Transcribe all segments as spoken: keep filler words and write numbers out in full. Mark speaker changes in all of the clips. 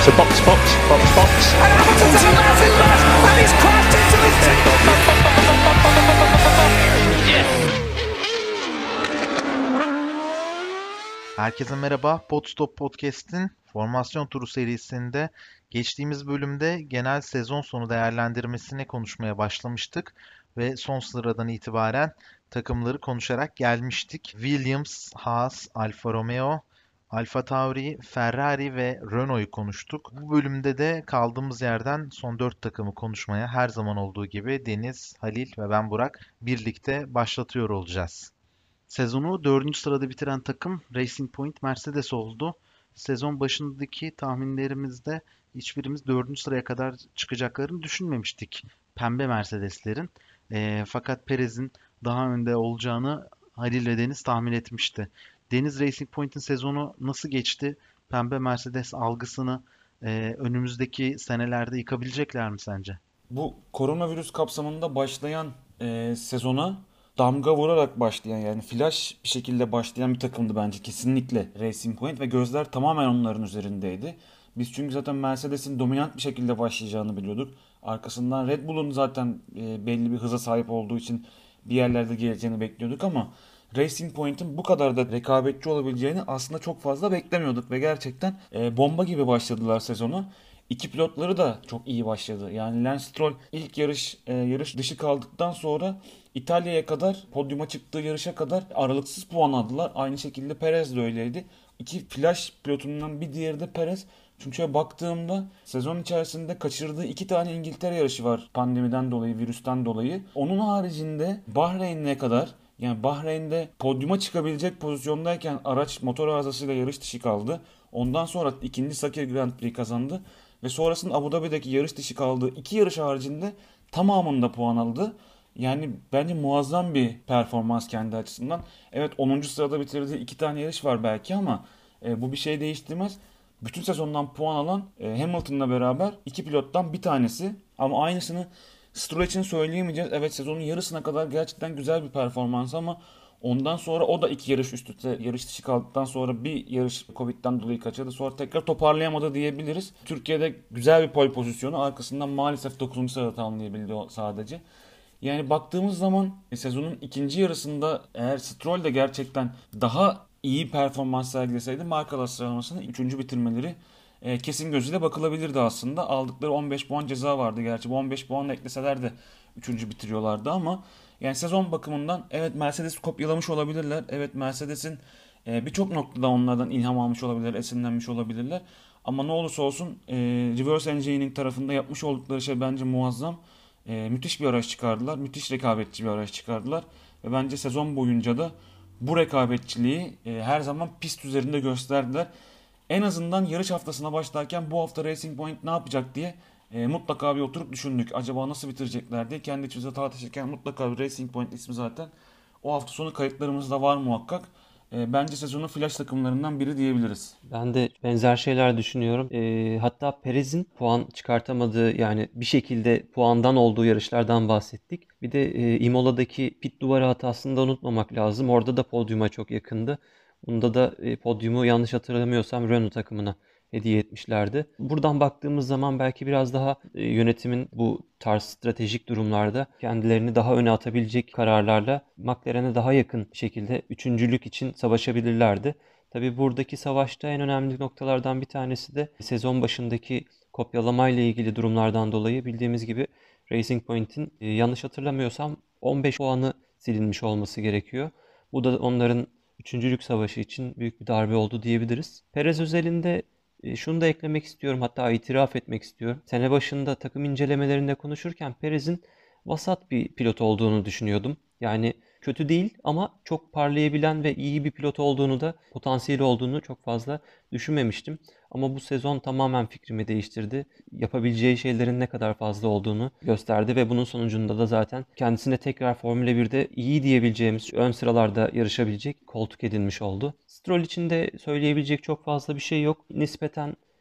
Speaker 1: So box, box, box, box.
Speaker 2: And Hamilton's a massive mess, and he's crashed into his team.
Speaker 3: Herkese merhaba. Podstop Podcast'in formasyon turu serisinde geçtiğimiz bölümde genel sezon sonu değerlendirmesine konuşmaya başlamıştık ve son sıradan itibaren takımları konuşarak gelmiştik. Williams, Haas, Alfa Romeo, AlphaTauri, Ferrari ve Renault'u konuştuk. Bu bölümde de kaldığımız yerden son dört takımı konuşmaya her zaman olduğu gibi Deniz, Halil ve ben Burak birlikte başlatıyor olacağız. Sezonu dördüncü sırada bitiren takım Racing Point Mercedes oldu. Sezon başındaki tahminlerimizde hiçbirimiz dördüncü sıraya kadar çıkacaklarını düşünmemiştik pembe Mercedeslerin. Eee, fakat Perez'in daha önde olacağını Halil ve Deniz tahmin etmişti. Deniz, Racing Point'in sezonu nasıl geçti? Pembe Mercedes algısını eee, önümüzdeki senelerde yıkabilecekler mi sence?
Speaker 4: Bu koronavirüs kapsamında başlayan e, sezona damga vurarak başlayan, yani flash bir şekilde başlayan bir takımdı bence kesinlikle Racing Point ve gözler tamamen onların üzerindeydi. Biz çünkü zaten Mercedes'in dominant bir şekilde başlayacağını biliyorduk. Arkasından Red Bull'un zaten e, belli bir hıza sahip olduğu için bir yerlerde geleceğini bekliyorduk ama Racing Point'in bu kadar da rekabetçi olabileceğini aslında çok fazla beklemiyorduk ve gerçekten e, bomba gibi başladılar sezonu. İki pilotları da çok iyi başladı. Yani Lance Stroll ilk yarış e, yarış dışı kaldıktan sonra İtalya'ya kadar, podyuma çıktığı yarışa kadar aralıksız puan aldılar. Aynı şekilde Perez de öyleydi. İki flash pilotundan bir diğeri de Perez. Çünkü şöyle baktığımda sezon içerisinde kaçırdığı iki tane İngiltere yarışı var pandemiden dolayı, virüsten dolayı. Onun haricinde Bahreyn'e kadar, yani Bahreyn'de podyuma çıkabilecek pozisyondayken araç motor arızasıyla yarış dışı kaldı. Ondan sonra ikinci Sakir Grand Prix kazandı. Ve sonrasında Abu Dhabi'deki yarış dışı kaldığı iki yarış haricinde tamamında puan aldı. Yani bence muazzam bir performans kendi açısından. Evet, onuncu sırada bitirdiği iki tane yarış var belki ama e, bu bir şey değiştirmez. Bütün sezondan puan alan e, Hamilton'la beraber iki pilottan bir tanesi. Ama aynısını Stroll için söyleyemeyeceğiz. Evet, sezonun yarısına kadar gerçekten güzel bir performans ama ondan sonra o da iki yarış üst üste yarış dışı kaldıktan sonra bir yarış Covid'den dolayı kaçırdı. Sonra tekrar toparlayamadı diyebiliriz. Türkiye'de güzel bir pole pozisyonu, arkasından maalesef dokuzuncu sırada tamamlayabildi sadece. Yani baktığımız zaman e, sezonun ikinci yarısında eğer Stroll de gerçekten daha iyi performans sergileseydi markalar sıralamasını üçüncü bitirmeleri e, kesin gözüyle bakılabilirdi aslında. Aldıkları on beş puan ceza vardı. Gerçi bu on beş puan ekleseler de üçüncü bitiriyorlardı ama yani sezon bakımından evet Mercedes'i kopyalamış olabilirler. Evet, Mercedes'in e, birçok noktada onlardan ilham almış olabilirler, esinlenmiş olabilirler. Ama ne olursa olsun e, reverse engineering tarafında yapmış oldukları şey bence muazzam. E, müthiş bir araç çıkardılar. Müthiş rekabetçi bir araç çıkardılar. Ve bence sezon boyunca da bu rekabetçiliği e, her zaman pist üzerinde gösterdiler. En azından yarış haftasına başlarken bu hafta Racing Point ne yapacak diye e, mutlaka bir oturup düşündük. Acaba nasıl bitirecekler diye kendi içimizde tartışırken mutlaka bir Racing Point ismi zaten o hafta sonu kayıtlarımızda var muhakkak. E, bence sezonun flash takımlarından biri diyebiliriz.
Speaker 5: Ben de benzer şeyler düşünüyorum. Ee, hatta Perez'in puan çıkartamadığı, yani bir şekilde puandan olduğu yarışlardan bahsettik. Bir de e, Imola'daki pit duvarı hatasını da unutmamak lazım. Orada da podyuma çok yakındı. Bunda da e, podyumu yanlış hatırlamıyorsam Renault takımına hediye etmişlerdi. Buradan baktığımız zaman belki biraz daha e, yönetimin bu tarz stratejik durumlarda kendilerini daha öne atabilecek kararlarla McLaren'e daha yakın şekilde üçüncülük için savaşabilirlerdi. Tabii buradaki savaşta en önemli noktalardan bir tanesi de sezon başındaki kopyalamayla ilgili durumlardan dolayı bildiğimiz gibi Racing Point'in e, yanlış hatırlamıyorsam on beş puanı silinmiş olması gerekiyor. Bu da onların üçüncülük savaşı için büyük bir darbe oldu diyebiliriz. Perez özelinde e, şunu da eklemek istiyorum, hatta itiraf etmek istiyorum. Sene başında takım incelemelerinde konuşurken Perez'in vasat bir pilot olduğunu düşünüyordum. Yani kötü değil ama çok parlayabilen ve iyi bir pilot olduğunu da, potansiyeli olduğunu çok fazla düşünmemiştim. Ama bu sezon tamamen fikrimi değiştirdi. Yapabileceği şeylerin ne kadar fazla olduğunu gösterdi ve bunun sonucunda da zaten kendisine tekrar Formula birde iyi diyebileceğimiz, ön sıralarda yarışabilecek koltuk edinmiş oldu. Stroll için de söyleyebilecek çok fazla bir şey yok. Nispeten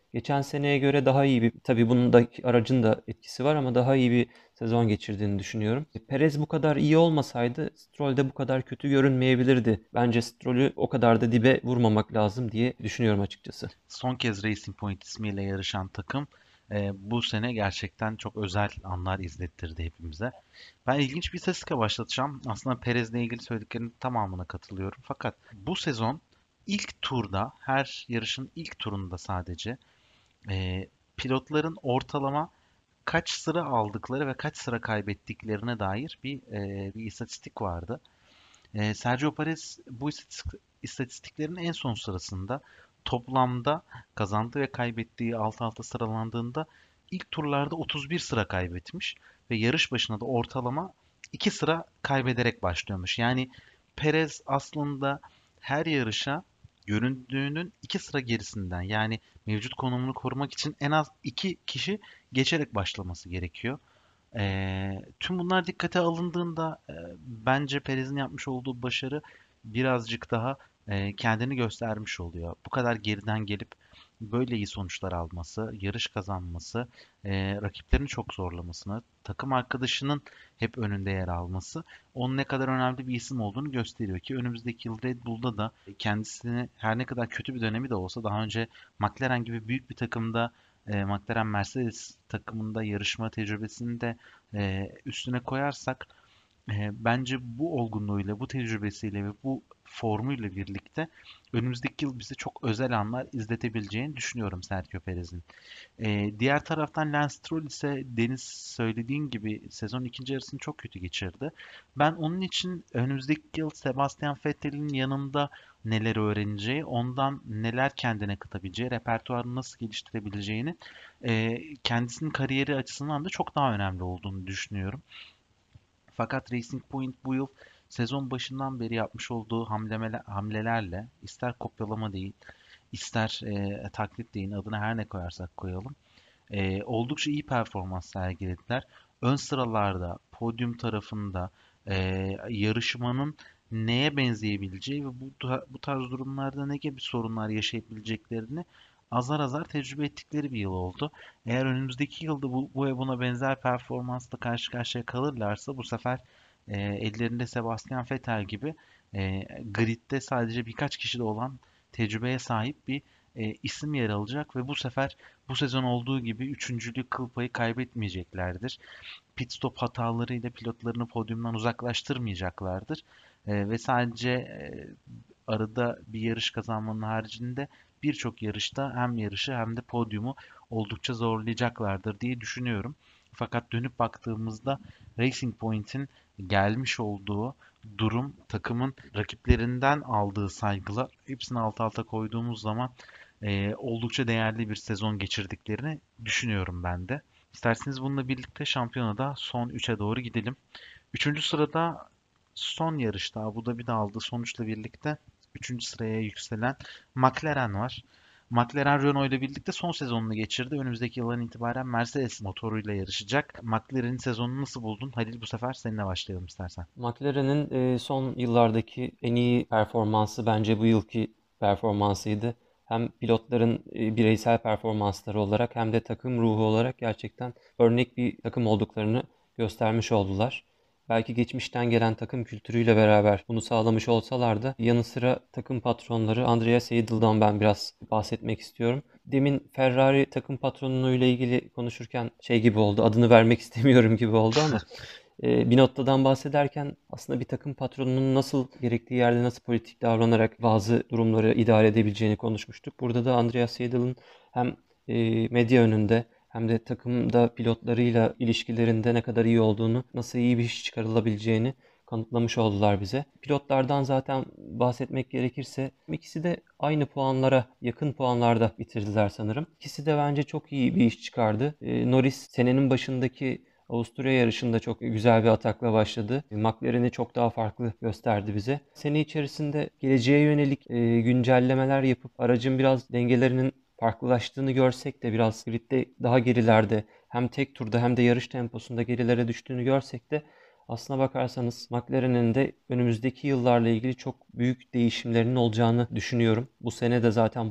Speaker 5: geçen seneye göre daha iyi bir, tabii bunun da aracın da etkisi var ama daha iyi bir sezon geçirdiğini düşünüyorum. Perez bu kadar iyi olmasaydı Stroll de bu kadar kötü görünmeyebilirdi. Bence Stroll'ü o kadar da dibe vurmamak lazım diye düşünüyorum açıkçası.
Speaker 3: Son kez Racing Point ismiyle yarışan takım e, bu sene gerçekten çok özel anlar izlettirdi hepimize. Ben ilginç bir istatistika başlatacağım. Aslında Perez'le ilgili söylediklerinin tamamına katılıyorum. Fakat bu sezon ilk turda, her yarışın ilk turunda sadece e, pilotların ortalama kaç sıra aldıkları ve kaç sıra kaybettiklerine dair bir e, bir istatistik vardı. E, Sergio Perez bu istatistik- istatistiklerin en son sırasında, toplamda kazandığı ve kaybettiği alt alta sıralandığında ilk turlarda otuz bir sıra kaybetmiş ve yarış başına da ortalama iki sıra kaybederek başlıyormuş. Yani Perez aslında her yarışa göründüğünün iki sıra gerisinden, yani mevcut konumunu korumak için en az iki kişi geçerek başlaması gerekiyor. Eee, tüm bunlar dikkate alındığında eee, bence Perez'in yapmış olduğu başarı birazcık daha eee, kendini göstermiş oluyor. Bu kadar geriden gelip böyle iyi sonuçlar alması, yarış kazanması, eee rakiplerini çok zorlamasını, takım arkadaşının hep önünde yer alması onun ne kadar önemli bir isim olduğunu gösteriyor ki önümüzdeki yıl Red Bull'da da kendisini, her ne kadar kötü bir dönemi de olsa, daha önce McLaren gibi büyük bir takımda, e, McLaren Mercedes takımında yarışma tecrübesini de e, üstüne koyarsak, e, bence bu olgunluğuyla, bu tecrübesiyle ve bu formuyla birlikte önümüzdeki yıl bize çok özel anlar izletebileceğini düşünüyorum Sergio Perez'in. E, diğer taraftan Lance Stroll ise, Deniz söylediğin gibi, sezon ikinci yarısını çok kötü geçirdi. Ben onun için önümüzdeki yıl Sebastian Vettel'in yanında neler öğreneceği, ondan neler kendine katabileceği, repertuarını nasıl geliştirebileceğini, e, kendisinin kariyeri açısından da çok daha önemli olduğunu düşünüyorum. Fakat Racing Point bu yıl sezon başından beri yapmış olduğu hamlemeler, hamlelerle, ister kopyalama değil, ister e, taklit deyin, adına her ne koyarsak koyalım, e, oldukça iyi performans sergilediler. Ön sıralarda, podyum tarafında e, yarışmanın neye benzeyebileceği ve bu, bu tarz durumlarda ne gibi sorunlar yaşayabileceklerini azar azar tecrübe ettikleri bir yıl oldu. Eğer önümüzdeki yılda bu, bu ve buna benzer performansla karşı karşıya kalırlarsa, bu sefer e, ellerinde Sebastian Vettel gibi e, gridde sadece birkaç kişide olan tecrübeye sahip bir e, isim yer alacak ve bu sefer bu sezon olduğu gibi üçüncülük kıl payı kaybetmeyeceklerdir. Pit stop hatalarıyla pilotlarını podyumdan uzaklaştırmayacaklardır. E, ve sadece e, arada bir yarış kazanmanın haricinde birçok yarışta hem yarışı hem de podyumu oldukça zorlayacaklardır diye düşünüyorum. Fakat dönüp baktığımızda Racing Point'in gelmiş olduğu durum, takımın rakiplerinden aldığı saygılar, hepsini alt alta koyduğumuz zaman e, oldukça değerli bir sezon geçirdiklerini düşünüyorum ben de. İsterseniz bununla birlikte şampiyonada son üçe doğru gidelim. Üçüncü sırada, son yarışta Abu Dhabi'de aldığı sonuçla birlikte üçüncü sıraya yükselen McLaren var. McLaren Renault ile birlikte son sezonunu geçirdi. Önümüzdeki yıldan itibaren Mercedes motoruyla yarışacak. McLaren'in sezonunu nasıl buldun? Halil, bu sefer seninle başlayalım istersen.
Speaker 5: McLaren'in e, son yıllardaki en iyi performansı bence bu yılki performansıydı. Hem pilotların e, bireysel performansları olarak hem de takım ruhu olarak gerçekten örnek bir takım olduklarını göstermiş oldular. Belki geçmişten gelen takım kültürüyle beraber bunu sağlamış olsalar da yanı sıra takım patronları Andrea Seidel'dan ben biraz bahsetmek istiyorum. Demin Ferrari takım patronluğuyla ilgili konuşurken şey gibi oldu, adını vermek istemiyorum gibi oldu ama e, Binotto'dan bahsederken aslında bir takım patronunun nasıl gerektiği yerde nasıl politik davranarak bazı durumları idare edebileceğini konuşmuştuk. Burada da Andrea Seidel'ın hem e, medya önünde hem de takımda pilotlarıyla ilişkilerinde ne kadar iyi olduğunu, nasıl iyi bir iş çıkarılabileceğini kanıtlamış oldular bize. Pilotlardan zaten bahsetmek gerekirse ikisi de aynı puanlara, yakın puanlarda bitirdiler sanırım. İkisi de bence çok iyi bir iş çıkardı. E, Norris senenin başındaki Avusturya yarışında çok güzel bir atakla başladı. McLaren'i çok daha farklı gösterdi bize. Sene içerisinde geleceğe yönelik e, güncellemeler yapıp aracın biraz dengelerinin farklılaştığını görsek de, biraz gridde daha gerilerde, hem tek turda hem de yarış temposunda gerilere düştüğünü görsek de, aslına bakarsanız McLaren'in de önümüzdeki yıllarla ilgili çok büyük değişimlerinin olacağını düşünüyorum. Bu sene de zaten bunun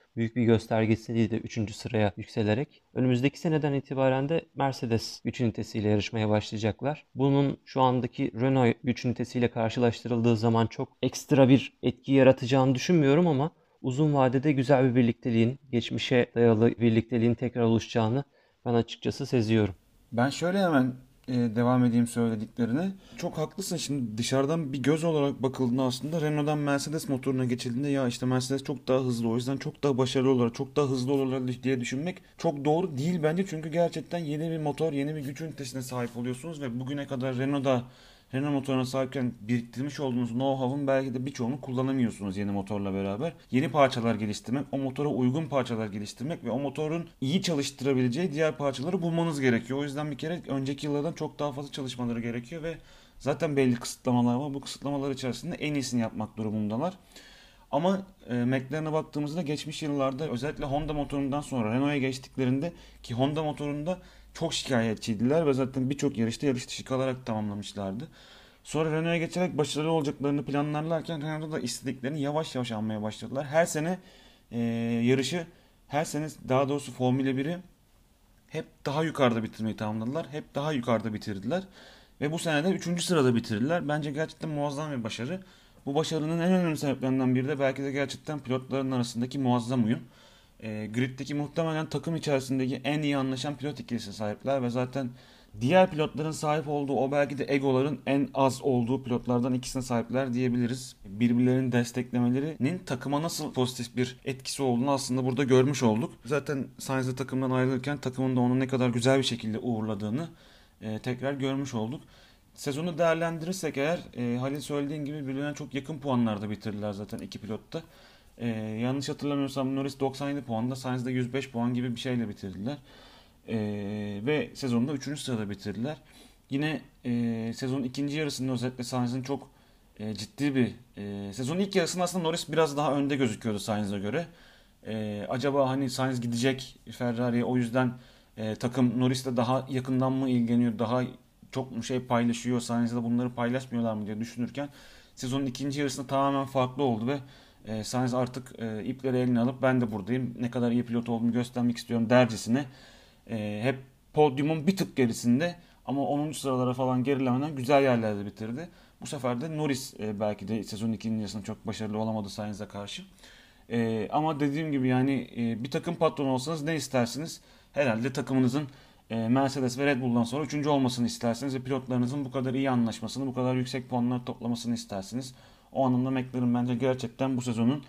Speaker 5: büyük bir göstergesiydi üçüncü sıraya yükselerek. Önümüzdeki seneden itibaren de Mercedes güç ünitesiyle yarışmaya başlayacaklar. Bunun şu andaki Renault güç ünitesiyle karşılaştırıldığı zaman çok ekstra bir etki yaratacağını düşünmüyorum ama uzun vadede güzel bir birlikteliğin, geçmişe dayalı birlikteliğin tekrar oluşacağını ben açıkçası seziyorum.
Speaker 4: Ben şöyle hemen e, devam edeyim söylediklerine. Çok haklısın. Şimdi dışarıdan bir göz olarak bakıldığında aslında Renault'dan Mercedes motoruna geçildiğinde ya işte Mercedes çok daha hızlı, o yüzden çok daha başarılı olurlar, çok daha hızlı olurlar diye düşünmek çok doğru değil bence. Çünkü gerçekten yeni bir motor, yeni bir güç ünitesine sahip oluyorsunuz ve bugüne kadar Renault'da Renault motoruna sahipken biriktirmiş olduğunuz know-how'ın belki de birçoğunu kullanamıyorsunuz yeni motorla beraber. Yeni parçalar geliştirmek, o motora uygun parçalar geliştirmek ve o motorun iyi çalıştırabileceği diğer parçaları bulmanız gerekiyor. O yüzden bir kere önceki yıllardan çok daha fazla çalışmaları gerekiyor ve zaten belli kısıtlamalar var. Bu kısıtlamalar içerisinde en iyisini yapmak durumundalar. Ama e, McLaren'a baktığımızda geçmiş yıllarda özellikle Honda motorundan sonra Renault'a geçtiklerinde ki Honda motorunda çok şikayetçiydiler ve zaten birçok yarışta yarış dışı kalarak tamamlamışlardı. Sonra Renault'a geçerek başarılı olacaklarını planlarlarken Renault'da da istediklerini yavaş yavaş almaya başladılar. Her sene e, yarışı, her sene daha doğrusu Formula biri hep daha yukarıda bitirmeyi tamamladılar. Hep daha yukarıda bitirdiler. Ve bu sene de üçüncü sırada bitirdiler. Bence gerçekten muazzam bir başarı. Bu başarının en önemli sebeplerinden biri de belki de gerçekten pilotların arasındaki muazzam uyum. E, griddeki muhtemelen takım içerisindeki en iyi anlaşan pilot ikilisi sahipler ve zaten diğer pilotların sahip olduğu o belki de egoların en az olduğu pilotlardan ikisine sahipler diyebiliriz. Birbirlerinin desteklemelerinin takıma nasıl pozitif bir etkisi olduğunu aslında burada görmüş olduk. Zaten Sainz de takımdan ayrılırken takımın da onu ne kadar güzel bir şekilde uğurladığını e, tekrar görmüş olduk. Sezonu değerlendirirsek eğer e, Halil söylediğin gibi birbirine çok yakın puanlarda bitirdiler zaten iki pilotta. Ee, yanlış hatırlamıyorsam Norris doksan yedi puanda, Sainz de yüz beş puan gibi bir şeyle bitirdiler. Ee, ve sezonda üçüncü sırada bitirdiler. Yine e, sezonun ikinci yarısında özellikle Sainz'in çok e, ciddi bir e, sezonun ilk yarısında aslında Norris biraz daha önde gözüküyordu Sainz'e göre. E, acaba hani Sainz gidecek Ferrari'ye, o yüzden e, takım Norris'le daha yakından mı ilgileniyor, daha çok mu şey paylaşıyor, Sainz'le bunları paylaşmıyorlar mı diye düşünürken sezonun ikinci yarısında tamamen farklı oldu ve e, Sainz artık e, ipleri eline alıp ben de buradayım, ne kadar iyi pilot olduğumu göstermek istiyorum dercesine e, hep podyumun bir tık gerisinde ama onuncu sıralara falan gerilemeden güzel yerlerde bitirdi. Bu sefer de Norris e, belki de sezonun ikinci yarısında çok başarılı olamadı Sainz'e karşı. E, ama dediğim gibi yani e, bir takım patronu olsanız ne istersiniz? Herhalde takımınızın e, Mercedes ve Red Bull'dan sonra üçüncü olmasını istersiniz ve pilotlarınızın bu kadar iyi anlaşmasını, bu kadar yüksek puanlar toplamasını istersiniz. O anlamda McLaren bence gerçekten bu sezonun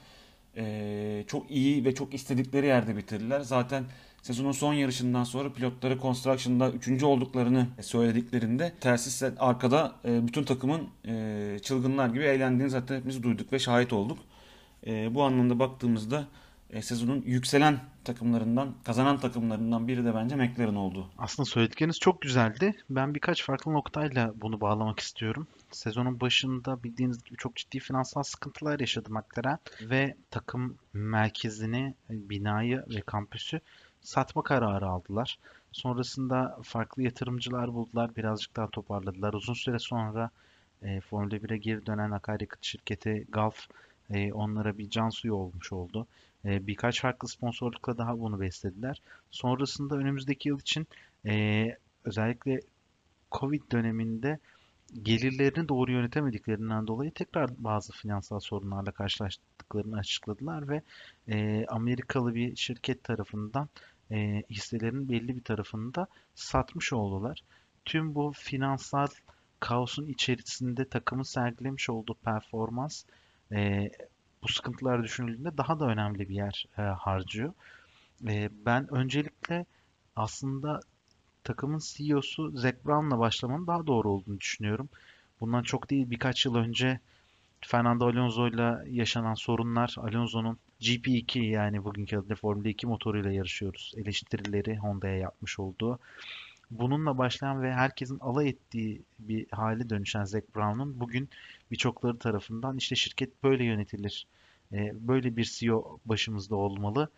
Speaker 4: e, çok iyi ve çok istedikleri yerde bitirdiler. Zaten sezonun son yarışından sonra pilotları Construction'da üçüncü olduklarını söylediklerinde telsiz arkada e, bütün takımın e, çılgınlar gibi eğlendiğini zaten hepimiz duyduk ve şahit olduk. E, bu anlamda baktığımızda e, sezonun yükselen takımlarından, kazanan takımlarından biri de bence McLaren oldu.
Speaker 3: Aslında söyledikleriniz çok güzeldi. Ben birkaç farklı noktayla bunu bağlamak istiyorum. Sezonun başında bildiğiniz gibi çok ciddi finansal sıkıntılar yaşadı McLaren ve takım merkezini, binayı ve kampüsü satma kararı aldılar. Sonrasında farklı yatırımcılar buldular, birazcık daha toparladılar. Uzun süre sonra e, Formula bire geri dönen akaryakıt şirketi Gulf e, onlara bir can suyu olmuş oldu. E, birkaç farklı sponsorlukla daha bunu beslediler. Sonrasında önümüzdeki yıl için e, özellikle Covid döneminde gelirlerini doğru yönetemediklerinden dolayı tekrar bazı finansal sorunlarla karşılaştıklarını açıkladılar ve e, Amerikalı bir şirket tarafından e, hisselerinin belli bir tarafını da satmış oldular. Tüm bu finansal kaosun içerisinde takımın sergilemiş olduğu performans e, bu sıkıntılar düşünüldüğünde daha da önemli bir yer e, harcıyor. E, ben öncelikle aslında takımın C E O'su Zac Brown'la başlamanın daha doğru olduğunu düşünüyorum. Bundan çok değil birkaç yıl önce Fernando Alonso'yla yaşanan sorunlar, Alonso'nun G P iki yani bugünkü adıyla Formula iki motoruyla yarışıyoruz eleştirileri Honda'ya yapmış olduğu. Bununla başlayan ve herkesin alay ettiği bir hale dönüşen Zac Brown'un bugün birçokları tarafından işte şirket böyle yönetilir, e, böyle bir C E O başımızda olmalı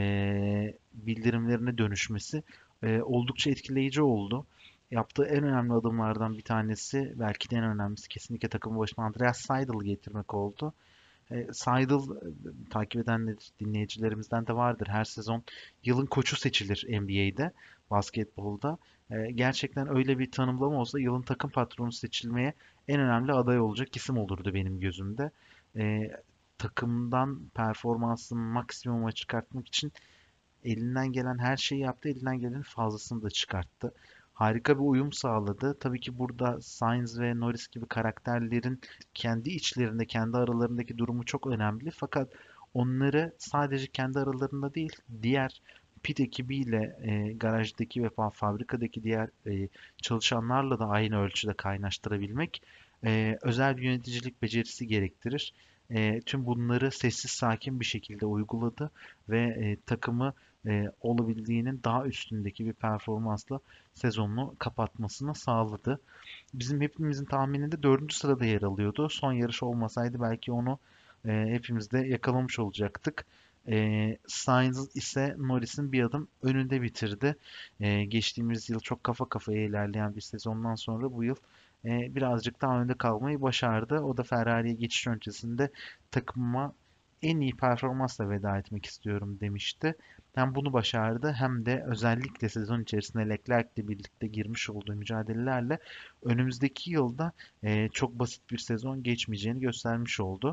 Speaker 3: e, bildirimlerine dönüşmesi e, oldukça etkileyici oldu. Yaptığı en önemli adımlardan bir tanesi, belki de en önemlisi kesinlikle takım başına Andreas Seidel'ı getirmek oldu. E, Seidel e, takip eden dinleyicilerimizden de vardır. Her sezon yılın koçu seçilir N B A'de, basketbolda. E, gerçekten öyle bir tanımlama olsa yılın takım patronu seçilmeye en önemli aday olacak isim olurdu benim gözümde. E, Takımdan performansını maksimuma çıkartmak için elinden gelen her şeyi yaptı, elinden gelenin fazlasını da çıkarttı. Harika bir uyum sağladı. Tabii ki burada Sainz ve Norris gibi karakterlerin kendi içlerinde, kendi aralarındaki durumu çok önemli. Fakat onları sadece kendi aralarında değil, diğer pit ekibiyle, e, garajdaki ve fa- fabrikadaki diğer e, çalışanlarla da aynı ölçüde kaynaştırabilmek e, özel bir yöneticilik becerisi gerektirir. E, tüm bunları sessiz sakin bir şekilde uyguladı ve e, takımı e, olabildiğinin daha üstündeki bir performansla sezonunu kapatmasını sağladı. Bizim hepimizin tahmininde dördüncü sırada yer alıyordu. Son yarış olmasaydı belki onu e, hepimiz de yakalamış olacaktık. E, Sainz ise Norris'in bir adım önünde bitirdi. E, geçtiğimiz yıl çok kafa kafaya ilerleyen bir sezondan sonra bu yıl e, birazcık daha önde kalmayı başardı. O da Ferrari'ye geçiş öncesinde takımıma en iyi performansla veda etmek istiyorum demişti. Hem bunu başardı hem de özellikle sezon içerisinde Leclerc'le birlikte girmiş olduğu mücadelelerle önümüzdeki yılda e, çok basit bir sezon geçmeyeceğini göstermiş oldu.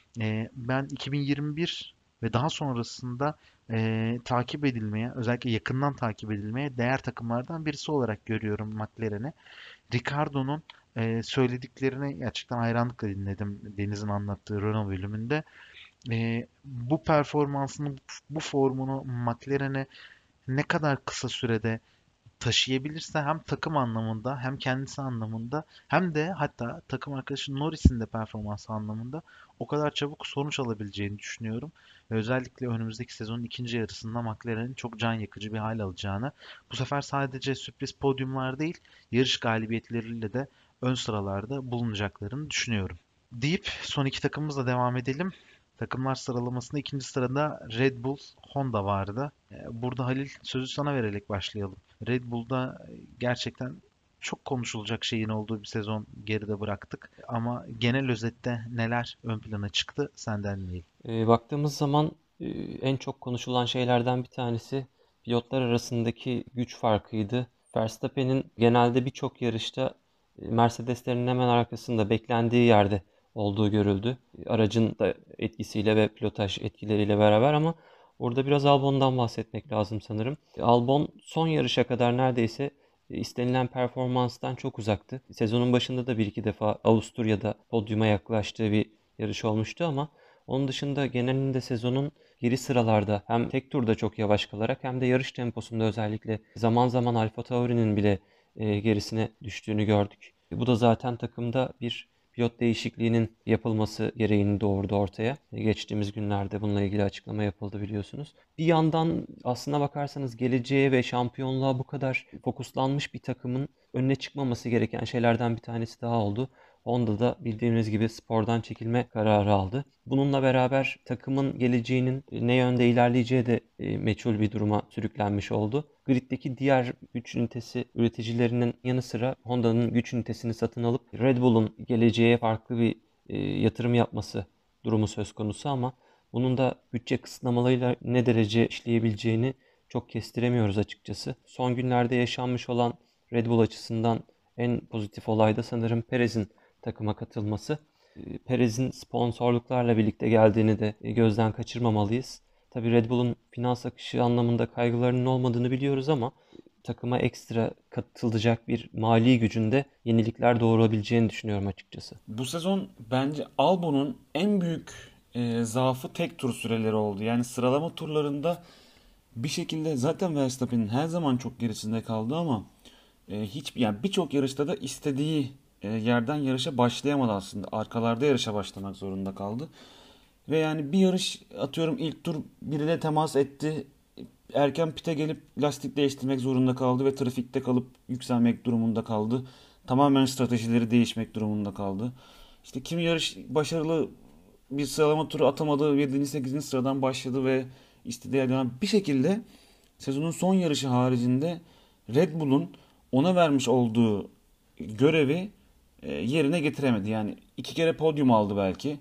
Speaker 3: E, ben iki bin yirmi bir ve daha sonrasında e, takip edilmeye, özellikle yakından takip edilmeye değer takımlardan birisi olarak görüyorum McLaren'i. Ricardo'nun e, söylediklerini gerçekten hayranlıkla dinledim Deniz'in anlattığı Renault bölümünde. E, bu performansını, bu formunu McLaren'e ne kadar kısa sürede taşıyabilirse hem takım anlamında hem kendisi anlamında hem de hatta takım arkadaşı Norris'in de performansı anlamında o kadar çabuk sonuç alabileceğini düşünüyorum. Ve özellikle önümüzdeki sezonun ikinci yarısında McLaren'in çok can yakıcı bir hal alacağını, bu sefer sadece sürpriz podyumlar değil, yarış galibiyetleriyle de ön sıralarda bulunacaklarını düşünüyorum. Deyip son iki takımımızla devam edelim. Takımlar sıralamasında ikinci sırada Red Bull, Honda vardı. E, Burada Halil, sözü sana vererek başlayalım. Red Bull'da gerçekten çok konuşulacak şeyin olduğu bir sezon geride bıraktık. Ama genel özette neler ön plana çıktı senden dinleyelim.
Speaker 5: E, baktığımız zaman e, en çok konuşulan şeylerden bir tanesi pilotlar arasındaki güç farkıydı. Verstappen'in genelde birçok yarışta e, Mercedes'lerin hemen arkasında beklendiği yerde olduğu görüldü. Aracın da etkisiyle ve pilotaj etkileriyle beraber ama burada biraz Albon'dan bahsetmek lazım sanırım. Albon son yarışa kadar neredeyse e, istenilen performanstan çok uzaktı. Sezonun başında da bir iki defa Avusturya'da podyuma yaklaştığı bir yarış olmuştu ama onun dışında genelinde sezonun geri sıralarda hem tek turda çok yavaş kalarak hem de yarış temposunda özellikle zaman zaman AlphaTauri'nin bile e, gerisine düştüğünü gördük. Bu da zaten takımda bir pilot değişikliğinin yapılması gereğini doğurdu ortaya. E, Geçtiğimiz günlerde bununla ilgili açıklama yapıldı biliyorsunuz. Bir yandan aslına bakarsanız geleceğe ve şampiyonluğa bu kadar fokuslanmış bir takımın önüne çıkmaması gereken şeylerden bir tanesi daha oldu. Honda da bildiğiniz gibi spordan çekilme kararı aldı. Bununla beraber takımın geleceğinin ne yönde ilerleyeceği de e, meçhul bir duruma sürüklenmiş oldu. Grid'deki diğer güç ünitesi üreticilerinin yanı sıra Honda'nın güç ünitesini satın alıp Red Bull'un geleceğe farklı bir e, yatırım yapması durumu söz konusu ama bunun da bütçe kısıtlamalarıyla ne derece işleyebileceğini çok kestiremiyoruz açıkçası. Son günlerde yaşanmış olan Red Bull açısından en pozitif olay da sanırım Perez'in takıma katılması. E, Perez'in sponsorluklarla birlikte geldiğini de e, gözden kaçırmamalıyız. Tabii Red Bull'un finans akışı anlamında kaygılarının olmadığını biliyoruz ama takıma ekstra katılacak bir mali gücünde yenilikler doğurabileceğini düşünüyorum açıkçası.
Speaker 4: Bu sezon bence Albon'un en büyük e, zaafı tek tur süreleri oldu. Yani sıralama turlarında bir şekilde zaten Verstappen'in her zaman çok gerisinde kaldı ama e, hiç yani birçok yarışta da istediği e, yerden yarışa başlayamadı aslında. Arkalarda yarışa başlamak zorunda kaldı. Ve yani bir yarış atıyorum ilk tur birine temas etti. Erken pite gelip lastik değiştirmek zorunda kaldı ve trafikte kalıp yükselmek durumunda kaldı. Tamamen stratejileri değişmek durumunda kaldı. İşte kimi yarış başarılı bir sıralama turu atamadı. yedinci sekizinci sıradan başladı ve istediği yerden bir şekilde sezonun son yarışı haricinde Red Bull'un ona vermiş olduğu görevi e, yerine getiremedi. Yani iki kere podyum aldı belki.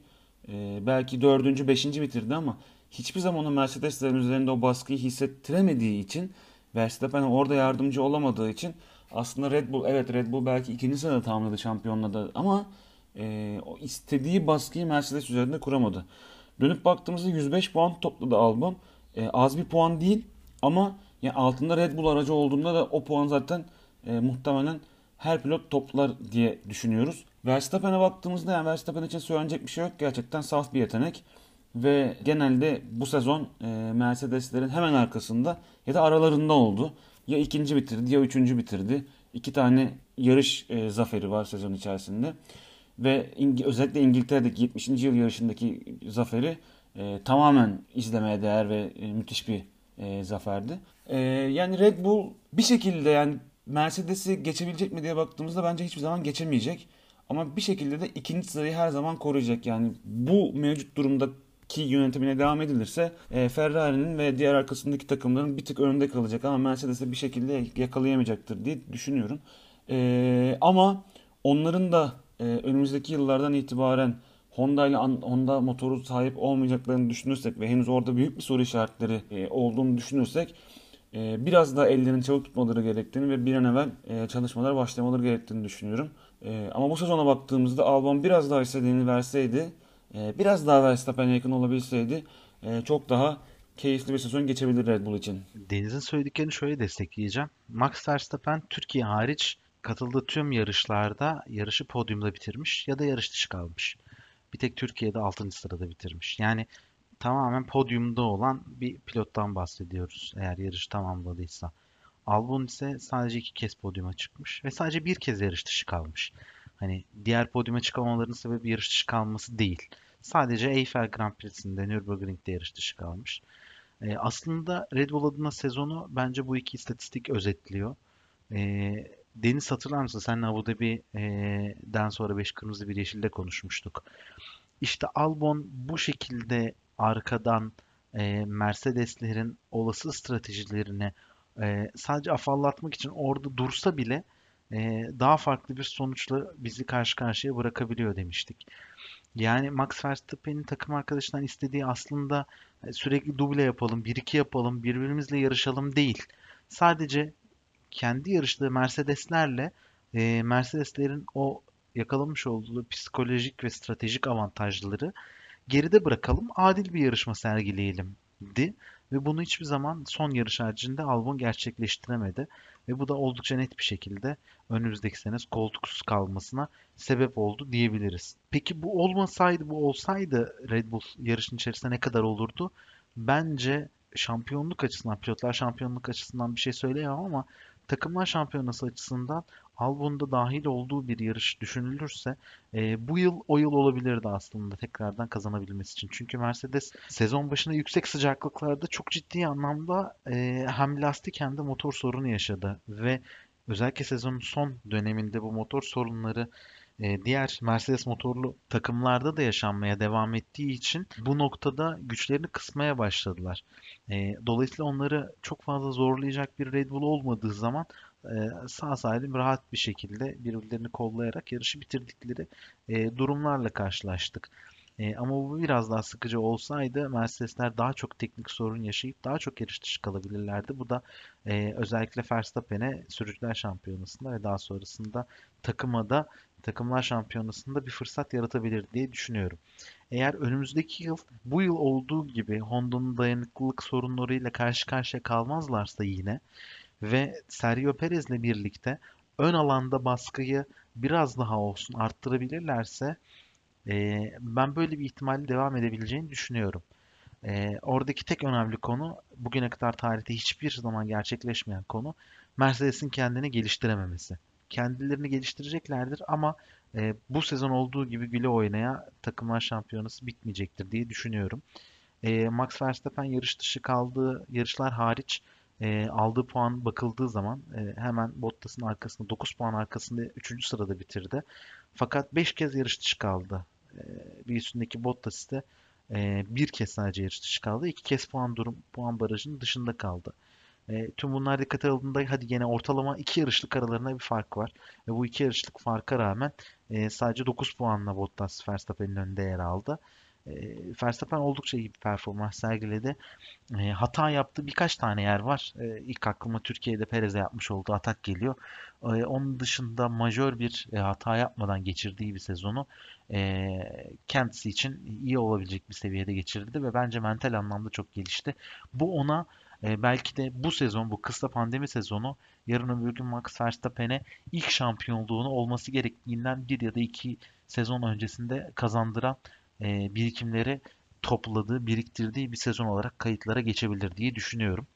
Speaker 4: Ee, belki dördüncü, beşinci bitirdi ama hiçbir zaman o Mercedeslerin üzerinde o baskıyı hissettiremediği için, Verstappen orada yardımcı olamadığı için aslında Red Bull, evet Red Bull belki ikinci sırada tamamladı şampiyonla ama e, o istediği baskıyı Mercedes üzerinde kuramadı. Dönüp baktığımızda yüz beş puan topladı Albon. E, az bir puan değil ama yani altında Red Bull aracı olduğunda da o puan zaten e, muhtemelen her pilot toplar diye düşünüyoruz. Verstappen'e baktığımızda yani Verstappen için söylenecek bir şey yok. Gerçekten saf bir yetenek. Ve genelde bu sezon e, Mercedeslerin hemen arkasında ya da aralarında oldu. Ya ikinci bitirdi ya üçüncü bitirdi. İki tane yarış e, zaferi var sezon içerisinde. Ve İng- özellikle İngiltere'deki yetmişinci yıl yarışındaki zaferi e, tamamen izlemeye değer ve e, müthiş bir e, zaferdi. E, yani Red Bull bir şekilde yani Mercedes'i geçebilecek mi diye baktığımızda bence hiçbir zaman geçemeyecek. Ama bir şekilde de ikinci sırayı her zaman koruyacak. Yani bu mevcut durumdaki yönetimine devam edilirse e, Ferrari'nin ve diğer arkasındaki takımların bir tık önünde kalacak ama Mercedes'i bir şekilde yakalayamayacaktır diye düşünüyorum. E, ama onların da e, önümüzdeki yıllardan itibaren Honda ile Honda motoru sahip olmayacaklarını düşünürsek ve henüz orada büyük bir soru işaretleri e, olduğunu düşünürsek e, biraz daha ellerini çabuk tutmaları gerektiğini ve bir an evvel e, çalışmalara başlamaları gerektiğini düşünüyorum. E, ama bu sezona baktığımızda Albon biraz daha istediğini verseydi, e, biraz daha Verstappen'e yakın olabilseydi e, çok daha keyifli bir sezon geçebilir Red Bull için.
Speaker 3: Deniz'in söylediklerini şöyle destekleyeceğim. Max Verstappen Türkiye hariç katıldığı tüm yarışlarda yarışı podyumda bitirmiş ya da yarış dışı kalmış. Bir tek Türkiye'de altıncı sırada bitirmiş. Yani tamamen podyumda olan bir pilottan bahsediyoruz eğer yarışı tamamladıysa. Albon ise sadece iki kez podyuma çıkmış ve sadece bir kez yarış dışı kalmış. Hani diğer podyuma çıkamalarının sebebi yarış dışı kalması değil. Sadece Eiffel Grand Prix'sinde Nürburgring'de yarış dışı kalmış. E, aslında Red Bull adına sezonu bence bu iki istatistik özetliyor. E, Deniz hatırlar mısın? Seninle Abu Dhabi'den sonra beş kırmızı bir yeşilde konuşmuştuk. İşte Albon bu şekilde arkadan e, Mercedeslerin olası stratejilerini e, sadece afallatmak için orada dursa bile e, daha farklı bir sonuçla bizi karşı karşıya bırakabiliyor demiştik. Yani Max Verstappen'in takım arkadaşından istediği aslında e, sürekli duble yapalım, bir iki yapalım, birbirimizle yarışalım değil. Sadece kendi yarıştığı Mercedeslerle e, Mercedeslerin o yakalamış olduğu psikolojik ve stratejik avantajları geride bırakalım, adil bir yarışma sergileyelim di. Ve bunu hiçbir zaman son yarış haricinde Albon gerçekleştiremedi. Ve bu da oldukça net bir şekilde önümüzdeki sene koltuksuz kalmasına sebep oldu diyebiliriz. Peki bu olmasaydı, bu olsaydı Red Bull yarışın içerisinde ne kadar olurdu? Bence şampiyonluk açısından, pilotlar şampiyonluk açısından bir şey söyleyemem ama takımlar şampiyonası açısından Albon'un da dahil olduğu bir yarış düşünülürse e, bu yıl o yıl olabilirdi aslında tekrardan kazanabilmesi için. Çünkü Mercedes sezon başında yüksek sıcaklıklarda çok ciddi anlamda e, hem lastik hem de motor sorunu yaşadı ve özellikle sezonun son döneminde bu motor sorunları e, diğer Mercedes motorlu takımlarda da yaşanmaya devam ettiği için bu noktada güçlerini kısmaya başladılar. E, dolayısıyla onları çok fazla zorlayacak bir Red Bull olmadığı zaman e, sağ salim rahat bir şekilde birbirlerini kollayarak yarışı bitirdikleri e, durumlarla karşılaştık. E, ama bu biraz daha sıkıcı olsaydı Mercedesler daha çok teknik sorun yaşayıp daha çok yarış dışı kalabilirlerdi. Bu da e, özellikle Verstappen'e Sürücüler Şampiyonası'nda ve daha sonrasında takıma da Takımlar Şampiyonası'nda bir fırsat yaratabilir diye düşünüyorum. Eğer önümüzdeki yıl bu yıl olduğu gibi Honda'nın dayanıklılık sorunlarıyla karşı karşıya kalmazlarsa yine ve Sergio Perez'le birlikte ön alanda baskıyı biraz daha olsun arttırabilirlerse e, ben böyle bir ihtimalle devam edebileceğini düşünüyorum. E, oradaki tek önemli konu bugüne kadar tarihte hiçbir zaman gerçekleşmeyen konu Mercedes'in kendini geliştirememesi. Kendilerini geliştireceklerdir ama e, bu sezon olduğu gibi güle oynaya takımlar şampiyonası bitmeyecektir diye düşünüyorum. E, Max Verstappen yarış dışı kaldığı yarışlar hariç e, aldığı puan bakıldığı zaman e, hemen Bottas'ın arkasında dokuz puan arkasında üçüncü sırada bitirdi. Fakat beş kez yarış dışı kaldı. E, bir üstündeki Bottas ise e, bir kez sadece yarış dışı kaldı. İki kez puan durum puan barajının dışında kaldı. E, tüm bunlar dikkate alındığında hadi gene ortalama iki yarışlık aralarında bir fark var. Ve bu iki yarışlık farka rağmen e, sadece dokuz puanla Bottas Verstappen'in önünde yer aldı. E, Verstappen oldukça iyi bir performans sergiledi. E, hata yaptığı birkaç tane yer var. E, ilk aklıma Türkiye'de Perez'e yapmış olduğu atak geliyor. E, onun dışında majör bir e, hata yapmadan geçirdiği bir sezonu e, kendisi için iyi olabilecek bir seviyede geçirdi ve bence mental anlamda çok gelişti. Bu ona e, belki de bu sezon, bu kısa pandemi sezonu yarın öbür gün Max Verstappen'e ilk şampiyonluğunu olması gerektiğinden bir ya da iki sezon öncesinde kazandıran e, birikimleri topladığı, biriktirdiği bir sezon olarak kayıtlara geçebilir diye düşünüyorum.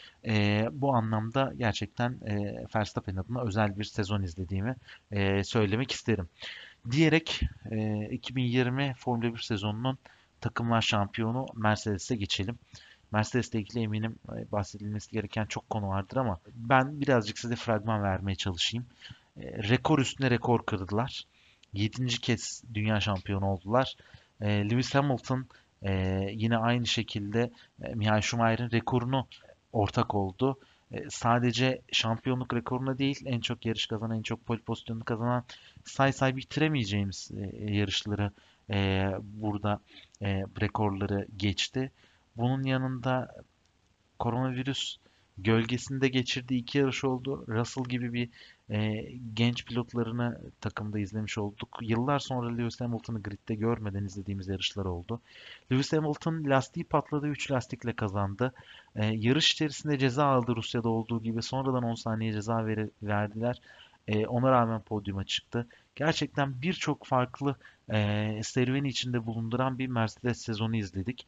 Speaker 3: E, bu anlamda gerçekten e, Verstappen adına özel bir sezon izlediğimi e, söylemek isterim. Diyerek e, iki bin yirmi Formula bir sezonunun takımlar şampiyonu Mercedes'e geçelim. Mercedes'le ilgili eminim e, bahsedilmesi gereken çok konu vardır ama ben birazcık size fragman vermeye çalışayım. E, rekor üstüne rekor kırdılar. Yedinci kez dünya şampiyonu oldular. E, Lewis Hamilton e, yine aynı şekilde e, Michael Schumacher'in rekorunu ortak oldu. E, sadece şampiyonluk rekoruna değil, en çok yarış kazanan, en çok pole pozisyonunu kazanan, say say bitiremeyeceğimiz e, yarışları e, burada e, rekorları geçti. Bunun yanında koronavirüs gölgesinde geçirdiği iki yarış oldu. Russell gibi bir e, genç pilotlarını takımda izlemiş olduk. Yıllar sonra Lewis Hamilton'ı gridde görmeden izlediğimiz yarışlar oldu. Lewis Hamilton lastiği patladı, üç lastikle kazandı. E, yarış içerisinde ceza aldı Rusya'da olduğu gibi. Sonradan on saniye ceza veri, verdiler. E, ona rağmen podyuma çıktı. Gerçekten birçok farklı e, serüveni içinde bulunduran bir Mercedes sezonu izledik.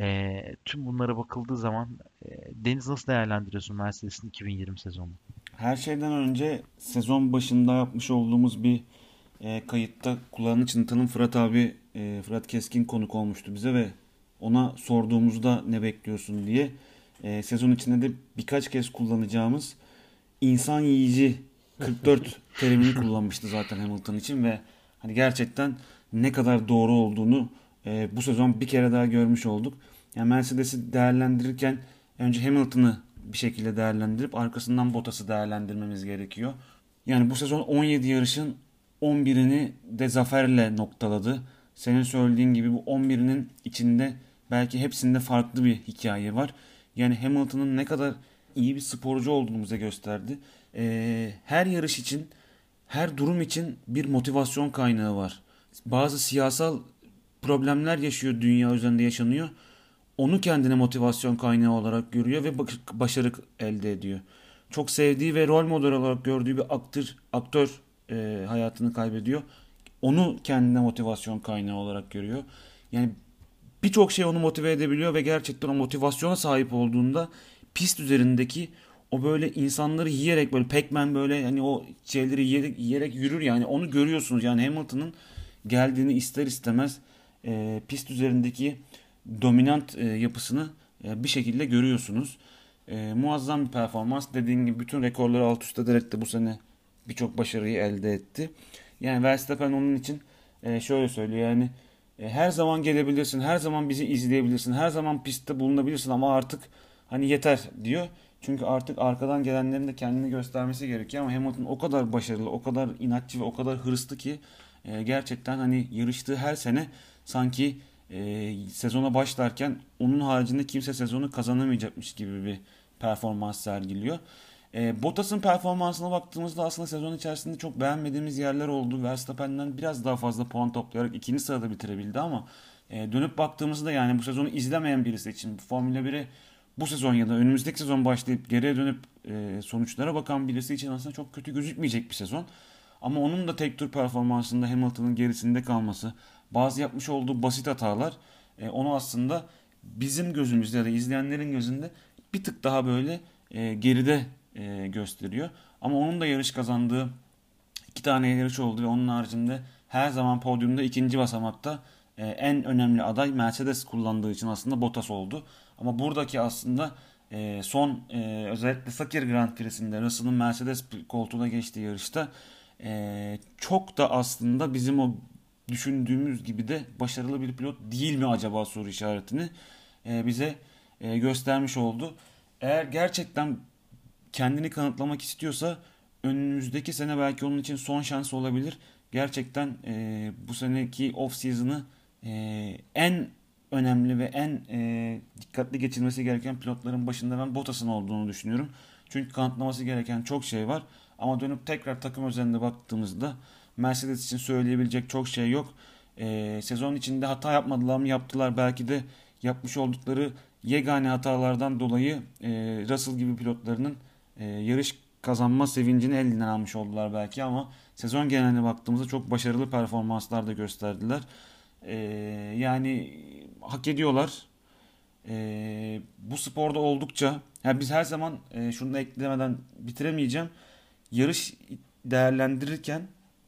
Speaker 3: E, tüm bunlara bakıldığı zaman e, Deniz, nasıl değerlendiriyorsun Mercedes'in iki bin yirmi sezonunu?
Speaker 4: Her şeyden önce sezon başında yapmış olduğumuz bir e, kayıtta kulağını çınlatalım. Fırat abi, e, Fırat Keskin konuk olmuştu bize ve ona sorduğumuzda ne bekliyorsun diye e, sezon içinde de birkaç kez kullanacağımız insan yiyici kırk dört terimini kullanmıştı zaten Hamilton için ve hani gerçekten ne kadar doğru olduğunu e, bu sezon bir kere daha görmüş olduk. Yani Mercedes'i değerlendirirken önce Hamilton'ı bir şekilde değerlendirip arkasından Bottas'ı değerlendirmemiz gerekiyor. Yani bu sezon on yedi yarışın on birini de zaferle noktaladı. Senin söylediğin gibi bu on birinin içinde belki hepsinde farklı bir hikaye var. Yani Hamilton'ın ne kadar iyi bir sporcu olduğunu bize gösterdi. Ee, her yarış için, her durum için bir motivasyon kaynağı var. Bazı siyasal problemler yaşıyor, dünya üzerinde yaşanıyor. Onu kendine motivasyon kaynağı olarak görüyor ve başarı elde ediyor. Çok sevdiği ve rol model olarak gördüğü bir aktör, aktör e, hayatını kaybediyor. Onu kendine motivasyon kaynağı olarak görüyor. Yani birçok şey onu motive edebiliyor ve gerçekten o motivasyona sahip olduğunda pist üzerindeki o böyle insanları yiyerek, böyle Pac-Man böyle hani o şeyleri yiyerek, yiyerek yürür, yani onu görüyorsunuz. Yani Hamilton'ın geldiğini ister istemez e, pist üzerindeki dominant e, yapısını e, bir şekilde görüyorsunuz. E, muazzam bir performans. Dediğim gibi bütün rekorları alt üst ederek de bu sene birçok başarıyı elde etti. Yani Verstappen onun için e, şöyle söylüyor, yani e, her zaman gelebilirsin, her zaman bizi izleyebilirsin, her zaman pistte bulunabilirsin ama artık hani yeter diyor. Çünkü artık arkadan gelenlerin de kendini göstermesi gerekiyor ama Hamilton o kadar başarılı, o kadar inatçı ve o kadar hırslı ki e, gerçekten hani yarıştığı her sene sanki e, sezona başlarken onun haricinde kimse sezonu kazanamayacakmış gibi bir performans sergiliyor. E, Bottas'ın performansına baktığımızda aslında sezon içerisinde çok beğenmediğimiz yerler oldu. Verstappen'den biraz daha fazla puan toplayarak ikinci sırada bitirebildi ama e, dönüp baktığımızda yani bu sezonu izlemeyen birisi için Formula biri bu sezon ya da önümüzdeki sezon başlayıp geriye dönüp e, sonuçlara bakan birisi için aslında çok kötü gözükmeyecek bir sezon. Ama onun da tek tur performansında Hamilton'ın gerisinde kalması, bazı yapmış olduğu basit hatalar e, onu aslında bizim gözümüzde ya da izleyenlerin gözünde bir tık daha böyle e, geride e, gösteriyor. Ama onun da yarış kazandığı iki tane yarış oldu ve onun haricinde her zaman podyumda ikinci basamakta e, en önemli aday Mercedes kullandığı için aslında Bottas oldu. Ama buradaki aslında e, son e, özellikle Sakir Grand Prix'sinde Russell'ın Mercedes koltuğuna geçtiği yarışta e, çok da aslında bizim o düşündüğümüz gibi de başarılı bir pilot değil mi acaba soru işaretini e, bize e, göstermiş oldu. Eğer gerçekten kendini kanıtlamak istiyorsa önümüzdeki sene belki onun için son şans olabilir. Gerçekten e, bu seneki off season'ı e, en önemli ve en e, dikkatli geçilmesi gereken pilotların başında ben Bottas'ın olduğunu düşünüyorum. Çünkü kanıtlaması gereken çok şey var. Ama dönüp tekrar takım özelinde baktığımızda Mercedes için söyleyebilecek çok şey yok. E, sezon içinde hata yapmadılar mı? Yaptılar. Belki de yapmış oldukları yegane hatalardan dolayı e, Russell gibi pilotlarının e, yarış kazanma sevincini elinden almış oldular belki, ama sezon geneline baktığımızda çok başarılı performanslar da gösterdiler. E, yani hak ediyorlar. E, bu sporda oldukça, yani biz her zaman e, şunu da eklemeden bitiremeyeceğim. Yarış değerlendirirken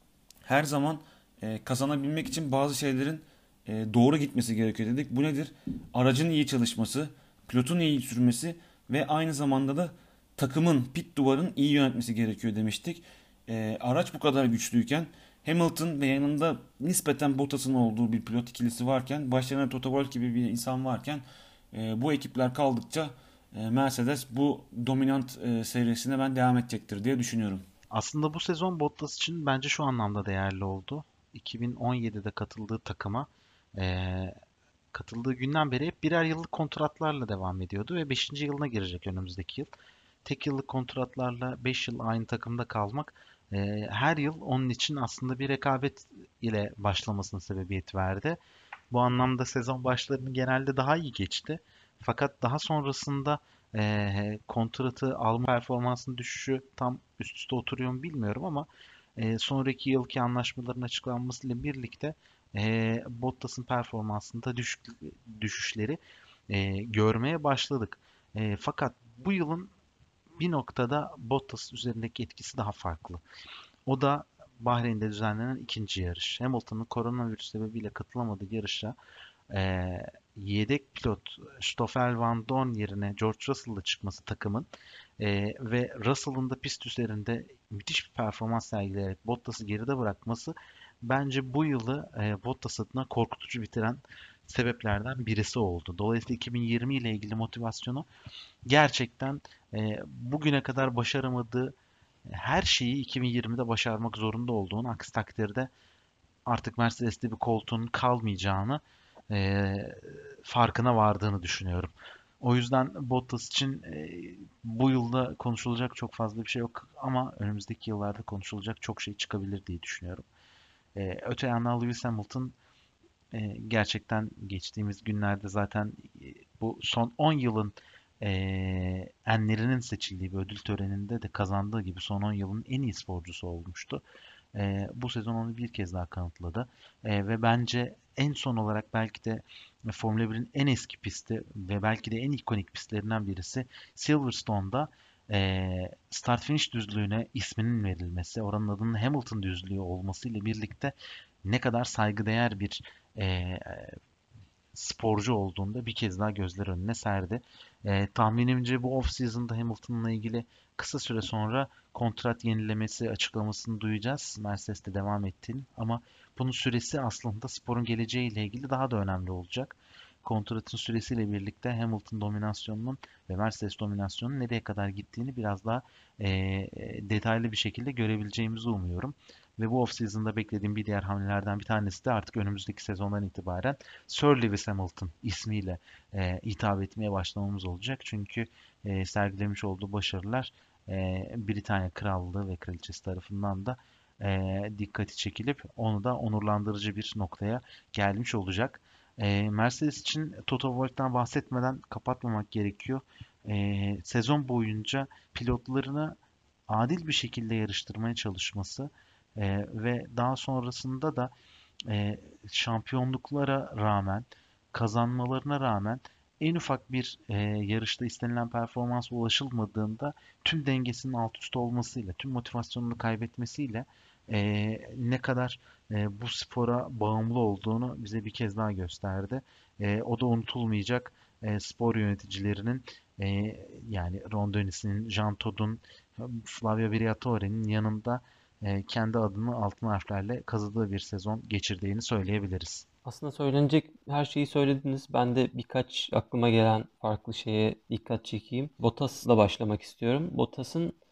Speaker 4: her zaman e, kazanabilmek için bazı şeylerin e, doğru gitmesi gerekiyor dedik. Bu nedir? Aracın iyi çalışması, pilotun iyi sürmesi ve aynı zamanda da takımın, pit duvarın iyi yönetmesi gerekiyor demiştik. E, araç bu kadar güçlüyken, Hamilton ve yanında nispeten Bottas'ın olduğu bir pilot ikilisi varken, başlarına Toto Wolff gibi bir insan varken, e, bu ekipler kaldıkça e, Mercedes bu dominant e, serisine ben devam edecektir diye düşünüyorum.
Speaker 3: Aslında bu sezon Bottas için bence şu anlamda değerli oldu. iki bin on yedide katıldığı takıma eee, katıldığı günden beri hep birer yıllık kontratlarla devam ediyordu ve beşinci yılına girecek önümüzdeki yıl. Tek yıllık kontratlarla beş yıl aynı takımda kalmak eee, her yıl onun için aslında bir rekabet ile başlamasına sebebiyet verdi. Bu anlamda sezon başlarını genelde daha iyi geçti. Fakat daha sonrasında eee, kontratı alma performansının düşüşü tam üst üste oturuyor mu bilmiyorum ama eee, sonraki yılki anlaşmaların açıklanmasıyla birlikte eee Bottas'ın performansında düşük, düşüşleri eee, görmeye başladık. Eee, fakat bu yılın bir noktada Bottas üzerindeki etkisi daha farklı. O da Bahreyn'de düzenlenen ikinci yarış. Hamilton'ın koronavirüs sebebiyle katılamadığı yarışa eee, yedek pilot Stoffel Van Dorn yerine George Russell'la çıkması takımın eee, ve Russell'ın da pist üzerinde müthiş bir performans sergileyerek Bottas'ı geride bırakması bence bu yılı eee, Bottas adına korkutucu bitiren sebeplerden birisi oldu. Dolayısıyla iki bin yirmi ile ilgili motivasyonu gerçekten eee, bugüne kadar başaramadığı her şeyi iki bin yirmide başarmak zorunda olduğunu, aksi takdirde artık Mercedes'te bir koltuğun kalmayacağını eee, farkına vardığını düşünüyorum. O yüzden Bottas için eee, bu yılda konuşulacak çok fazla bir şey yok ama önümüzdeki yıllarda konuşulacak çok şey çıkabilir diye düşünüyorum. Eee, öte yandan Lewis Hamilton eee, gerçekten geçtiğimiz günlerde zaten eee, bu son on yılın eee, enlerinin seçildiği bir ödül töreninde de kazandığı gibi son on yılın en iyi sporcusu olmuştu. Eee, bu sezon onu bir kez daha kanıtladı. Eee, ve bence en son olarak belki de Formula birin en eski pisti ve belki de en ikonik pistlerinden birisi Silverstone'da eee, start finish düzlüğüne isminin verilmesi, oranın adının Hamilton düzlüğü olmasıyla birlikte ne kadar saygıdeğer bir eee, sporcu olduğunda bir kez daha gözler önüne serdi. Eee, tahminimce bu off-season'da Hamilton'la ilgili kısa süre sonra kontrat yenilemesi açıklamasını duyacağız. Mercedes'te devam ettiğini ama bunun süresi aslında sporun geleceğiyle ilgili daha da önemli olacak. Kontratın süresiyle birlikte Hamilton dominasyonunun ve Mercedes dominasyonunun nereye kadar gittiğini biraz daha eee, detaylı bir şekilde görebileceğimizi umuyorum. Ve bu off-season'da beklediğim bir diğer hamlelerden bir tanesi de artık önümüzdeki sezondan itibaren Sir Lewis Hamilton ismiyle e, hitap etmeye başlamamız olacak. Çünkü e, sergilemiş olduğu başarılar e, Britanya Krallığı ve Kraliçesi tarafından da e, dikkati çekilip onu da onurlandırıcı bir noktaya gelmiş olacak. E, Mercedes için Toto Wolff'tan bahsetmeden kapatmamak gerekiyor. E, sezon boyunca pilotlarını adil bir şekilde yarıştırmaya çalışması e, ve daha sonrasında da e, şampiyonluklara rağmen, kazanmalarına rağmen en ufak bir e, yarışta istenilen performansa ulaşılmadığında tüm dengesinin alt üst olmasıyla, tüm motivasyonunu kaybetmesiyle e, ne kadar e, bu spora bağımlı olduğunu bize bir kez daha gösterdi. E, o da unutulmayacak e, spor yöneticilerinin e, yani Ron Dennis'in, Jean Todt'un, Flavio Briatore'nin yanında e, kendi adını altın harflerle kazıdığı bir sezon geçirdiğini söyleyebiliriz.
Speaker 5: Aslında söylenecek her şeyi söylediniz. Ben de birkaç aklıma gelen farklı şeye dikkat çekeyim. Bottas'la başlamak istiyorum. Bottas'ın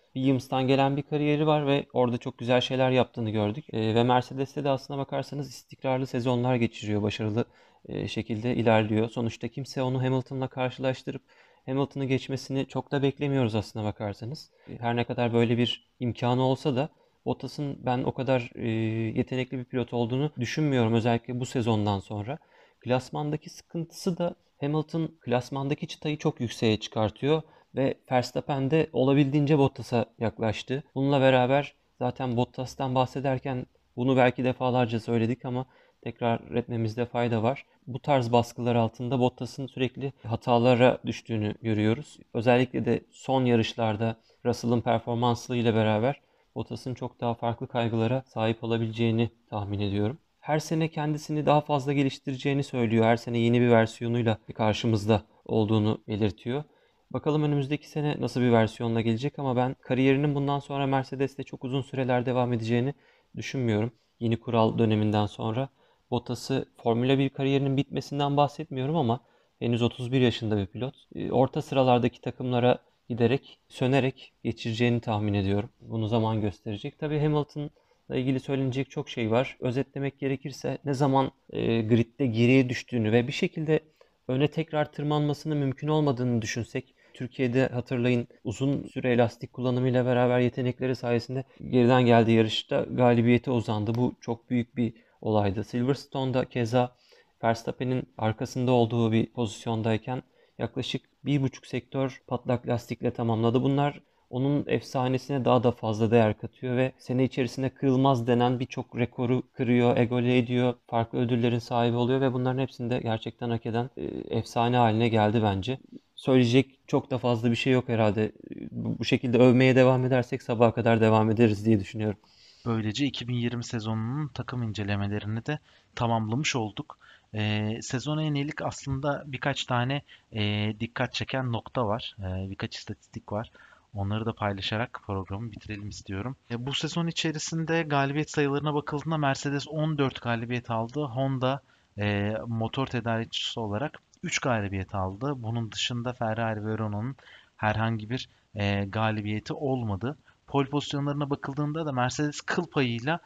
Speaker 5: Williams'tan gelen bir kariyeri var ve orada çok güzel şeyler yaptığını gördük. E, ve Mercedes'te de aslına bakarsanız istikrarlı sezonlar geçiriyor, başarılı e, şekilde ilerliyor. Sonuçta kimse onu Hamilton'la karşılaştırıp Hamilton'ı geçmesini çok da beklemiyoruz aslına bakarsanız. Her ne kadar böyle bir imkanı olsa da Bottas'ın ben o kadar e, yetenekli bir pilot olduğunu düşünmüyorum, özellikle bu sezondan sonra. Klasmandaki sıkıntısı da Hamilton klasmandaki çıtayı çok yükseğe çıkartıyor ve Verstappen de olabildiğince Bottas'a yaklaştı. Bununla beraber zaten Bottas'tan bahsederken bunu belki defalarca söyledik ama tekrar etmemizde fayda var. Bu tarz baskılar altında Bottas'ın sürekli hatalara düştüğünü görüyoruz. Özellikle de son yarışlarda Russell'ın performansıyla beraber Bottas'ın çok daha farklı kaygılara sahip olabileceğini tahmin ediyorum. Her sene kendisini daha fazla geliştireceğini söylüyor. Her sene yeni bir versiyonuyla karşımızda olduğunu belirtiyor. Bakalım önümüzdeki sene nasıl bir versiyonla gelecek ama ben kariyerinin bundan sonra Mercedes'te çok uzun süreler devam edeceğini düşünmüyorum. Yeni kural döneminden sonra Bottas'ı Formula bir kariyerinin bitmesinden bahsetmiyorum ama henüz otuz bir yaşında bir pilot. E, Orta sıralardaki takımlara giderek, sönerek geçireceğini tahmin ediyorum. Bunu zaman gösterecek. Tabii Hamilton'la ilgili söylenecek çok şey var. Özetlemek gerekirse ne zaman e, gridde geriye düştüğünü ve bir şekilde öne tekrar tırmanmasının mümkün olmadığını düşünsek, Türkiye'de hatırlayın uzun süre lastik kullanımıyla beraber yetenekleri sayesinde geriden geldiği yarışta galibiyete uzandı. Bu çok büyük bir olaydı. Silverstone'da keza Verstappen'in arkasında olduğu bir pozisyondayken yaklaşık bir buçuk sektör patlak lastikle tamamladı. Bunlar onun efsanesine daha da fazla değer katıyor ve sene içerisinde kırılmaz denen birçok rekoru kırıyor, egale ediyor, farklı ödüllerin sahibi oluyor ve bunların hepsinde gerçekten hak eden e, efsane haline geldi bence. Söyleyecek çok da fazla bir şey yok herhalde. Bu bu şekilde övmeye devam edersek sabaha kadar devam ederiz diye düşünüyorum.
Speaker 3: Böylece iki bin yirmi sezonunun takım incelemelerini de tamamlamış olduk. Ee, sezona yönelik aslında birkaç tane e, dikkat çeken nokta var. Ee, birkaç istatistik var. Onları da paylaşarak programı bitirelim istiyorum. E, bu sezon içerisinde galibiyet sayılarına bakıldığında Mercedes on dört galibiyet aldı. Honda e, motor tedarikçisi olarak üç galibiyet aldı. Bunun dışında Ferrari ve Renault'un herhangi bir e, galibiyeti olmadı. Pole pozisyonlarına bakıldığında da Mercedes kıl payıyla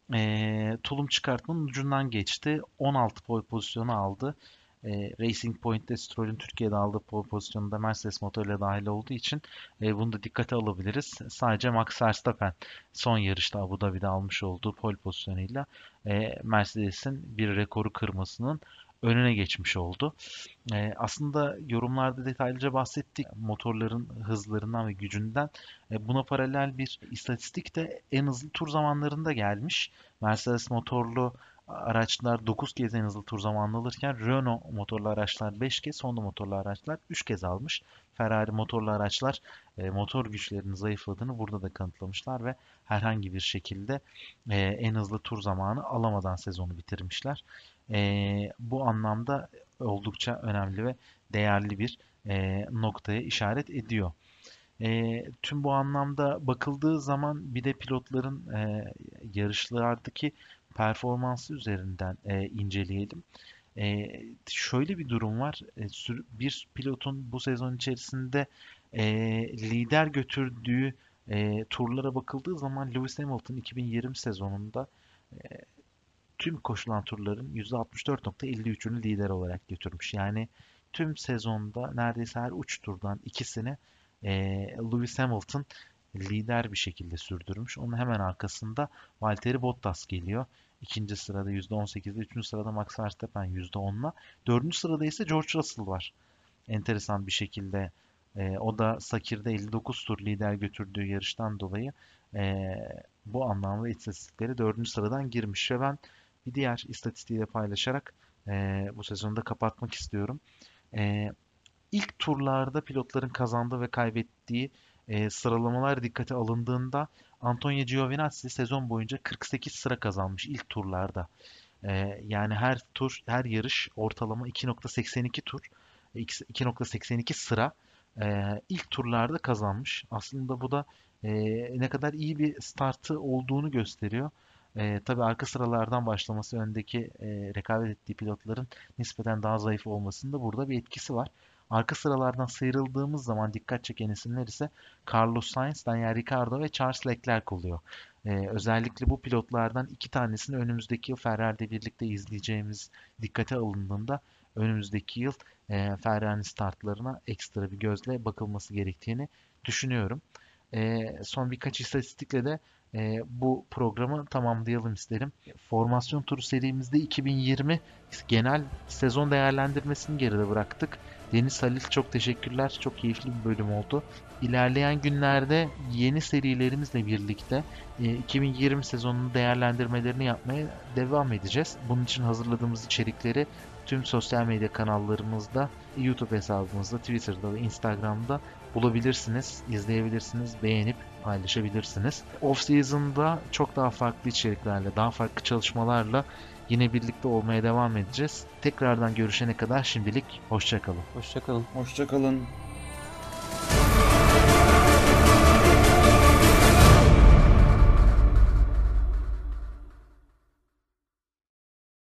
Speaker 3: eee, tulum çıkartmanın ucundan geçti. on altı pole pozisyonu aldı. Eee, Racing Point'te Stroll'ün Türkiye'de aldığı pole pozisyonunda Mercedes motoruyla dahil olduğu için eee, bunu da dikkate alabiliriz. Sadece Max Verstappen son yarışta Abu Dhabi'de almış olduğu pole pozisyonuyla eee, Mercedes'in bir rekoru kırmasının önüne geçmiş oldu. Ee, aslında yorumlarda detaylıca bahsettik motorların hızlarından ve gücünden. Ee, buna paralel bir istatistik de en hızlı tur zamanlarında gelmiş. Mercedes motorlu araçlar dokuz kez en hızlı tur zamanını alırken Renault motorlu araçlar beş kez, Honda motorlu araçlar üç kez almış. Ferrari motorlu araçlar e, motor güçlerinin zayıfladığını burada da kanıtlamışlar ve herhangi bir şekilde e, en hızlı tur zamanı alamadan sezonu bitirmişler. E, bu anlamda oldukça önemli ve değerli bir e, noktaya işaret ediyor. E, tüm bu anlamda bakıldığı zaman bir de pilotların e, yarışlardaki performansı üzerinden e, inceleyelim. E, şöyle bir durum var. E, sür- bir pilotun bu sezon içerisinde e, lider götürdüğü e, turlara bakıldığı zaman Lewis Hamilton iki bin yirmi sezonunda tüm koşulan turların yüzde altmış dört nokta elli üçünü lider olarak götürmüş. Yani tüm sezonda neredeyse her üç turdan ikisini eee, Lewis Hamilton lider bir şekilde sürdürmüş. Onun hemen arkasında Valtteri Bottas geliyor. İkinci sırada yüzde on sekizle, üçüncü sırada Max Verstappen yüzde onla. Dördüncü sırada ise George Russell var. Enteresan bir şekilde eee, o da Sakir'de elli dokuz tur lider götürdüğü yarıştan dolayı eee, bu anlamda istatistikleri dördüncü sıradan girmiş ve ben bir diğer istatistiği de paylaşarak eee, bu sezonu da kapatmak istiyorum. Eee ilk turlarda pilotların kazandığı ve kaybettiği eee, sıralamalar dikkate alındığında Antonio Giovinazzi sezon boyunca kırk sekiz sıra kazanmış ilk turlarda. Eee, yani her tur, her yarış ortalama iki nokta seksen iki tur, iki nokta seksen iki sıra eee, ilk turlarda kazanmış. Aslında bu da eee, ne kadar iyi bir startı olduğunu gösteriyor. Eee tabii arka sıralardan başlaması öndeki eee, rekabet ettiği pilotların nispeten daha zayıf olmasında burada bir etkisi var. Arka sıralardan sıyrıldığımız zaman dikkat çeken isimler ise Carlos Sainz, Daniel Ricciardo ve Charles Leclerc oluyor. Ee, özellikle bu pilotlardan iki tanesini önümüzdeki yıl Ferrari'de birlikte izleyeceğimiz dikkate alındığında önümüzdeki yıl e, Ferrari startlarına ekstra bir gözle bakılması gerektiğini düşünüyorum. E, son birkaç istatistikle de e, bu programı tamamlayalım isterim. Formasyon turu serimizde iki bin yirmi genel sezon değerlendirmesini geride bıraktık. Deniz, Halil, çok teşekkürler. Çok keyifli bir bölüm oldu. İlerleyen günlerde yeni serilerimizle birlikte e, iki bin yirmi sezonunun değerlendirmelerini yapmaya devam edeceğiz. Bunun için hazırladığımız içerikleri tüm sosyal medya kanallarımızda, YouTube hesabımızda, Twitter'da ve Instagram'da bulabilirsiniz, izleyebilirsiniz, beğenip paylaşabilirsiniz. Off season'da çok daha farklı içeriklerle, daha farklı çalışmalarla yine birlikte olmaya devam edeceğiz. Tekrardan görüşene kadar şimdilik hoşça kalın.
Speaker 5: Hoşça kalın.
Speaker 4: Hoşça kalın.